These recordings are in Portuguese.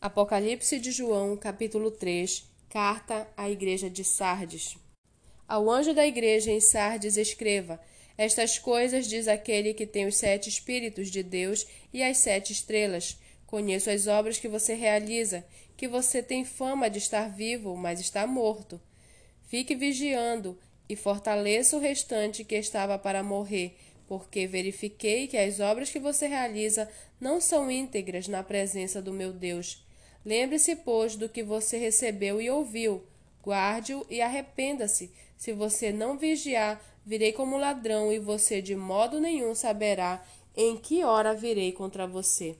Apocalipse de João, capítulo 3, carta à igreja de Sardes. Ao anjo da igreja em Sardes escreva: Estas coisas diz aquele que tem os 7 Espíritos de Deus e as 7 estrelas. Conheço as obras que você realiza, que você tem fama de estar vivo, mas está morto. Fique vigiando e fortaleça o restante que estava para morrer, porque verifiquei que as obras que você realiza não são íntegras na presença do meu Deus. Lembre-se, pois, do que você recebeu e ouviu. Guarde-o e arrependa-se. Se você não vigiar, virei como ladrão e você de modo nenhum saberá em que hora virei contra você.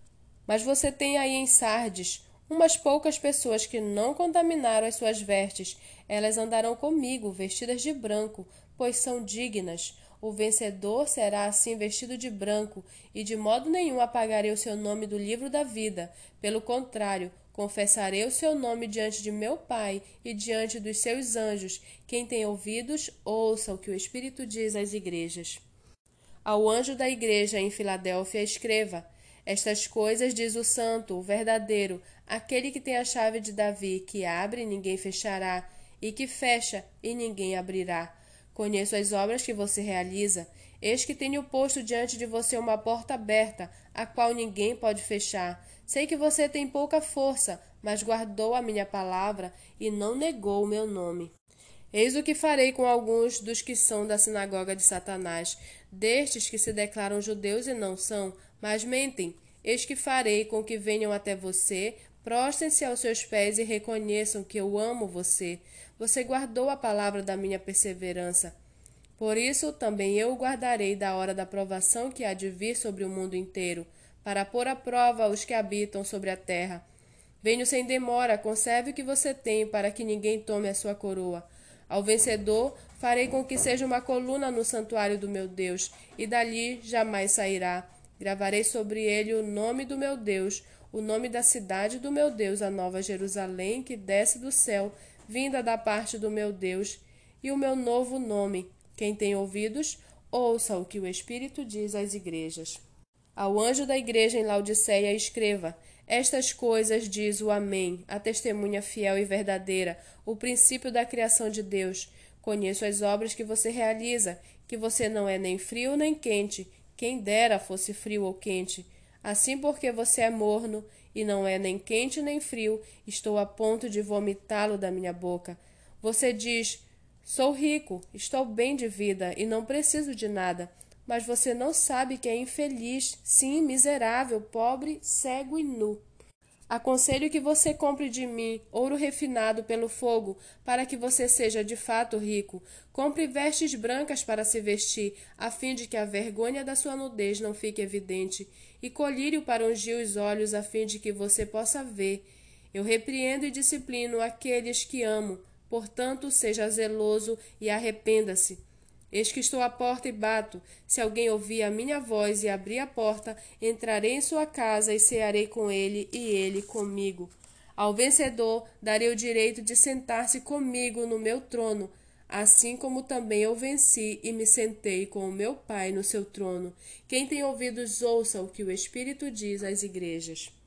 Mas você tem aí em Sardes umas poucas pessoas que não contaminaram as suas vestes. Elas andarão comigo, vestidas de branco, pois são dignas. O vencedor será assim vestido de branco, e de modo nenhum apagarei o seu nome do livro da vida. Pelo contrário, confessarei o seu nome diante de meu Pai e diante dos seus anjos. Quem tem ouvidos, ouça o que o Espírito diz às igrejas. Ao anjo da igreja em Filadélfia escreva: Estas coisas diz o santo, o verdadeiro, aquele que tem a chave de Davi, que abre e ninguém fechará, e que fecha e ninguém abrirá. Conheço as obras que você realiza. Eis que tenho posto diante de você uma porta aberta, a qual ninguém pode fechar. Sei que você tem pouca força, mas guardou a minha palavra e não negou o meu nome. Eis o que farei com alguns dos que são da sinagoga de Satanás, destes que se declaram judeus e não são, mas mentem. Eis que farei com que venham até você, prostrem-se aos seus pés e reconheçam que eu amo você. Você guardou a palavra da minha perseverança. Por isso também eu o guardarei da hora da provação que há de vir sobre o mundo inteiro, para pôr à prova os que habitam sobre a terra. Venho sem demora, conserve o que você tem, para que ninguém tome a sua coroa. Ao vencedor, farei com que seja uma coluna no santuário do meu Deus, e dali jamais sairá. Gravarei sobre ele o nome do meu Deus, o nome da cidade do meu Deus, a nova Jerusalém, que desce do céu, vinda da parte do meu Deus, e o meu novo nome. Quem tem ouvidos, ouça o que o Espírito diz às igrejas. Ao anjo da igreja em Laodiceia escreva: Estas coisas diz o Amém, a testemunha fiel e verdadeira, o princípio da criação de Deus. Conheço as obras que você realiza, que você não é nem frio nem quente. Quem dera fosse frio ou quente. Assim, porque você é morno e não é nem quente nem frio, estou a ponto de vomitá-lo da minha boca. Você diz: Sou rico, estou bem de vida e não preciso de nada. Mas você não sabe que é infeliz, sim, miserável, pobre, cego e nu. Aconselho que você compre de mim ouro refinado pelo fogo, para que você seja de fato rico. Compre vestes brancas para se vestir, a fim de que a vergonha da sua nudez não fique evidente, e colírio para ungir os olhos, a fim de que você possa ver. Eu repreendo e disciplino aqueles que amo, portanto, seja zeloso e arrependa-se. Eis que estou à porta e bato. Se alguém ouvir a minha voz e abrir a porta, entrarei em sua casa e cearei com ele e ele comigo. Ao vencedor darei o direito de sentar-se comigo no meu trono, assim como também eu venci e me sentei com o meu Pai no seu trono. Quem tem ouvidos, ouça o que o Espírito diz às igrejas.